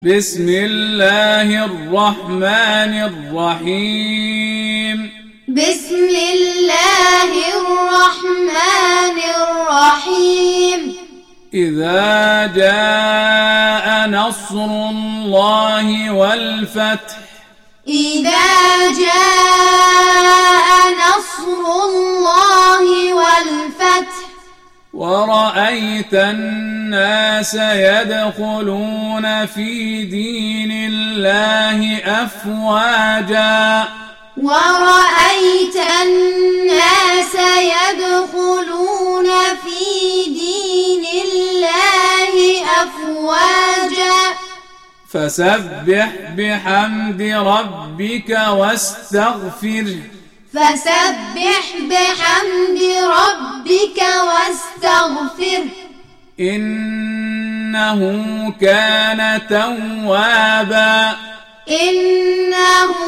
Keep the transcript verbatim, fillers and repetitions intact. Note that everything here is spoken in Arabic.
بسم الله الرحمن الرحيم بسم الله الرحمن الرحيم إذا جاء نصر الله والفتح إذا جاء نصر الله والفتح ورأيت الناس يدخلون في دين الله أفواجا ورأيت الناس يدخلون في دين الله أفواجا فسبح بحمد ربك واستغفره فسبح بحمد ربك واستغفره إنه كان توابا إنه